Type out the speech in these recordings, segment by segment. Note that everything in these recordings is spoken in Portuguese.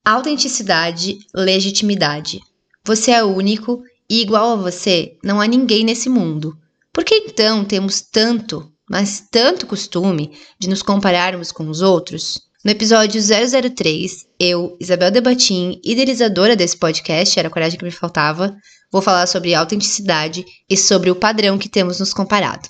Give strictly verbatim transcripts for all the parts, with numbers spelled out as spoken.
Autenticidade, legitimidade. Você é único e igual a você não há ninguém nesse mundo. Por que então temos tanto, mas tanto costume de nos compararmos com os outros? No episódio zero zero três, eu, Isabel Debatim, idealizadora desse podcast, era a coragem que me faltava, vou falar sobre autenticidade e sobre o padrão que temos nos comparado.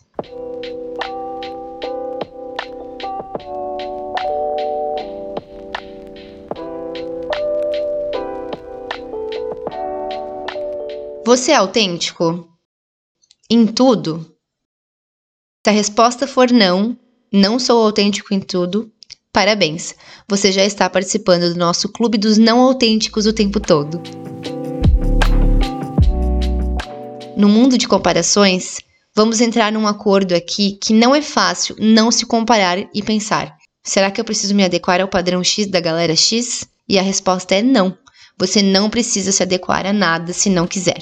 Você é autêntico? Em tudo? Se a resposta for não, não sou autêntico em tudo, parabéns, você já está participando do nosso clube dos não autênticos o tempo todo. No mundo de comparações, vamos entrar num acordo aqui que não é fácil não se comparar e pensar: será que eu preciso me adequar ao padrão X da galera X? E a resposta é não. Você não precisa se adequar a nada se não quiser.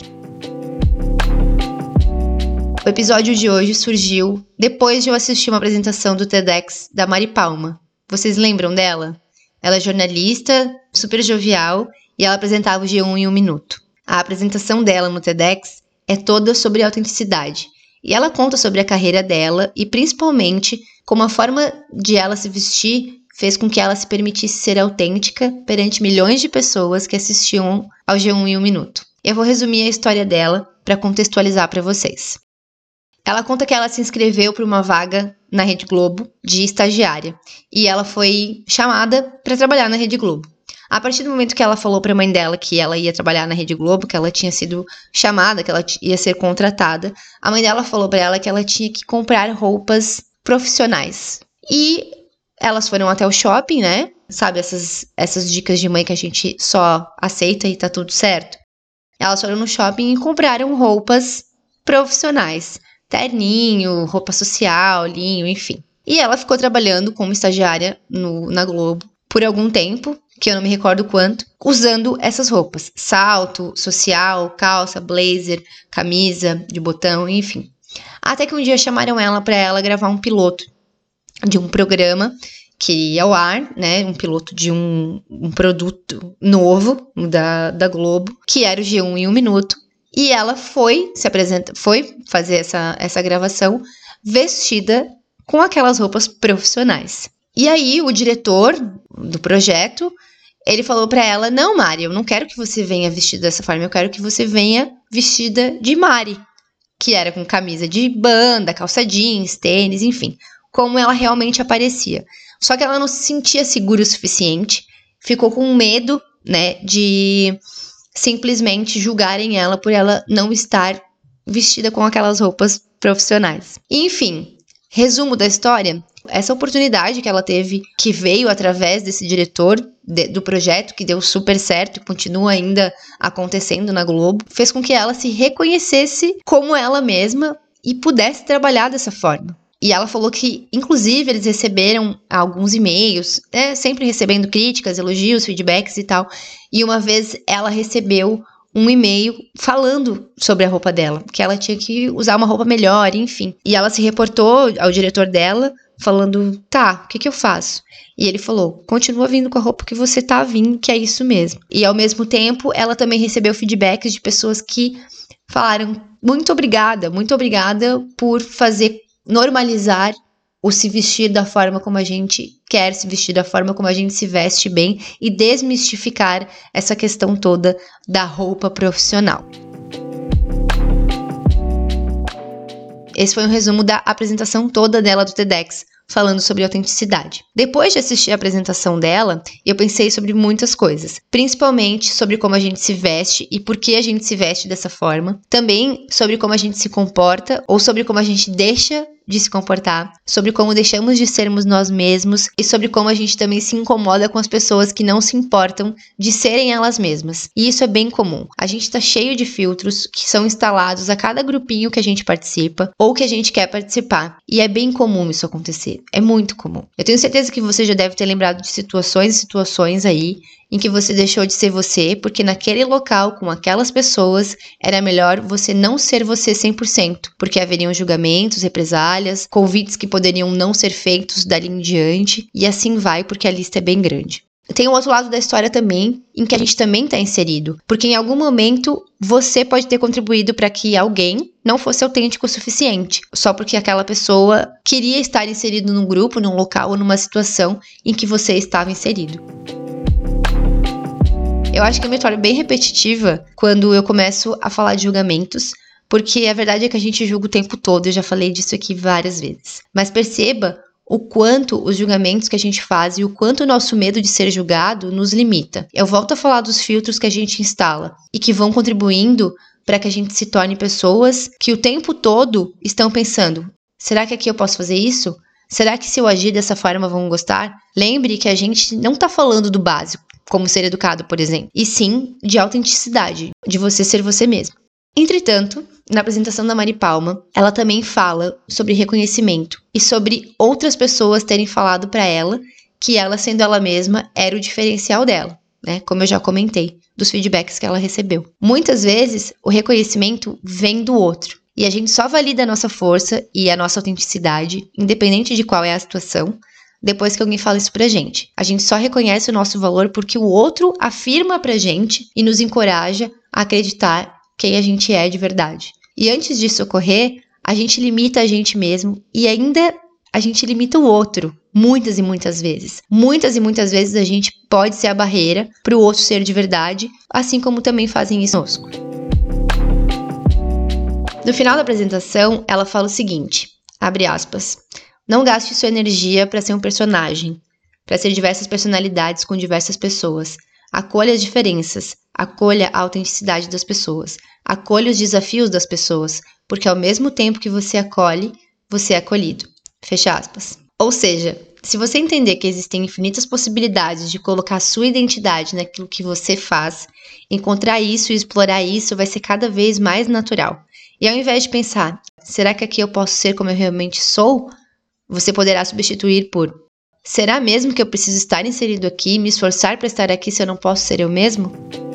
O episódio de hoje surgiu depois de eu assistir uma apresentação do TEDx da Mari Palma. Vocês lembram dela? Ela é jornalista, super jovial, e ela apresentava o G um em um minuto. A apresentação dela no TEDx é toda sobre autenticidade. E ela conta sobre a carreira dela e principalmente como a forma de ela se vestir fez com que ela se permitisse ser autêntica perante milhões de pessoas que assistiam ao G um em um minuto. Eu vou resumir a história dela para contextualizar para vocês. Ela conta que ela se inscreveu para uma vaga na Rede Globo de estagiária e ela foi chamada para trabalhar na Rede Globo. A partir do momento que ela falou para a mãe dela que ela ia trabalhar na Rede Globo, que ela tinha sido chamada, que ela ia ser contratada, a mãe dela falou para ela que ela tinha que comprar roupas profissionais. E elas foram até o shopping, né? Sabe, essas, essas dicas de mãe que a gente só aceita e tá tudo certo? Elas foram no shopping e compraram roupas profissionais. Terninho, roupa social, linho, enfim. E ela ficou trabalhando como estagiária no, na Globo por algum tempo, que eu não me recordo quanto, usando essas roupas. Salto, social, calça, blazer, camisa de botão, enfim. Até que um dia chamaram ela para ela gravar um piloto de um programa que ia ao ar, né, um piloto de um, um produto novo da, da Globo, que era o G um em um minuto, e ela foi se apresenta, foi fazer essa, essa gravação vestida com aquelas roupas profissionais. E aí o diretor do projeto, ele falou para ela: não, Mari, eu não quero que você venha vestida dessa forma, eu quero que você venha vestida de Mari, que era com camisa de banda, calça jeans, tênis, enfim, como ela realmente aparecia. Só que ela não se sentia segura o suficiente, ficou com medo, né, de simplesmente julgarem ela por ela não estar vestida com aquelas roupas profissionais. Enfim, resumo da história, essa oportunidade que ela teve, que veio através desse diretor de, do projeto, que deu super certo e continua ainda acontecendo na Globo, fez com que ela se reconhecesse como ela mesma e pudesse trabalhar dessa forma. E ela falou que, inclusive, eles receberam alguns e-mails, né, sempre recebendo críticas, elogios, feedbacks e tal. E uma vez ela recebeu um e-mail falando sobre a roupa dela, que ela tinha que usar uma roupa melhor, enfim. E ela se reportou ao diretor dela, falando: tá, o que que eu faço? E ele falou: continua vindo com a roupa que você tá vindo, que é isso mesmo. E ao mesmo tempo, ela também recebeu feedbacks de pessoas que falaram: muito obrigada, muito obrigada por fazer normalizar o se vestir da forma como a gente quer se vestir, da forma como a gente se veste bem e desmistificar essa questão toda da roupa profissional. Esse foi um resumo da apresentação toda dela do TEDx, falando sobre autenticidade. Depois de assistir a apresentação dela, eu pensei sobre muitas coisas, principalmente sobre como a gente se veste e por que a gente se veste dessa forma, também sobre como a gente se comporta ou sobre como a gente deixa de se comportar, sobre como deixamos de sermos nós mesmos e sobre como a gente também se incomoda com as pessoas que não se importam de serem elas mesmas. E isso é bem comum. A gente tá cheio de filtros que são instalados a cada grupinho que a gente participa ou que a gente quer participar. E é bem comum isso acontecer. É muito comum. Eu tenho certeza que você já deve ter lembrado de situações e situações aí em que você deixou de ser você, porque naquele local, com aquelas pessoas, era melhor você não ser você cem por cento, porque haveriam julgamentos, represálias, convites que poderiam não ser feitos dali em diante, e assim vai, porque a lista é bem grande. Tem um outro lado da história também, em que a gente também está inserido. Porque em algum momento você pode ter contribuído para que alguém não fosse autêntico o suficiente. Só porque aquela pessoa queria estar inserido num grupo, num local ou numa situação em que você estava inserido. Eu acho que eu me torno bem repetitiva quando eu começo a falar de julgamentos. Porque a verdade é que a gente julga o tempo todo, eu já falei disso aqui várias vezes. Mas perceba o quanto os julgamentos que a gente faz e o quanto o nosso medo de ser julgado nos limita. Eu volto a falar dos filtros que a gente instala e que vão contribuindo para que a gente se torne pessoas que o tempo todo estão pensando: será que aqui eu posso fazer isso? Será que se eu agir dessa forma vão gostar? Lembre que a gente não está falando do básico, como ser educado, por exemplo, e sim de autenticidade, de você ser você mesmo. Entretanto, na apresentação da Mari Palma, ela também fala sobre reconhecimento e sobre outras pessoas terem falado para ela que ela, sendo ela mesma, era o diferencial dela, né? Como eu já comentei, dos feedbacks que ela recebeu. Muitas vezes, o reconhecimento vem do outro e a gente só valida a nossa força e a nossa autenticidade, independente de qual é a situação, depois que alguém fala isso pra gente. A gente só reconhece o nosso valor porque o outro afirma pra gente e nos encoraja a acreditar quem a gente é de verdade. E antes disso ocorrer, a gente limita a gente mesmo e ainda a gente limita o outro, muitas e muitas vezes. Muitas e muitas vezes a gente pode ser a barreira para o outro ser de verdade, assim como também fazem isso conosco. No final da apresentação, ela fala o seguinte, abre aspas, não gaste sua energia para ser um personagem, para ser diversas personalidades com diversas pessoas. Acolha as diferenças, acolha a autenticidade das pessoas, acolha os desafios das pessoas, porque ao mesmo tempo que você acolhe, você é acolhido. Fecha aspas. Ou seja, se você entender que existem infinitas possibilidades de colocar a sua identidade naquilo que você faz, encontrar isso e explorar isso vai ser cada vez mais natural. E ao invés de pensar, será que aqui eu posso ser como eu realmente sou? Você poderá substituir por, será mesmo que eu preciso estar inserido aqui e me esforçar para estar aqui se eu não posso ser eu mesmo?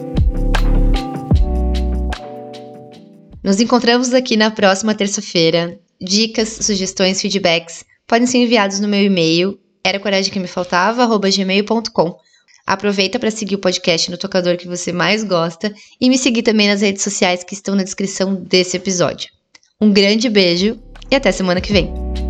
Nos encontramos aqui na próxima terça-feira. Dicas, sugestões, feedbacks podem ser enviados no meu e-mail era coragem que me faltava arroba gmail ponto com. Aproveita para seguir o podcast no tocador que você mais gosta e me seguir também nas redes sociais que estão na descrição desse episódio. Um grande beijo e até semana que vem!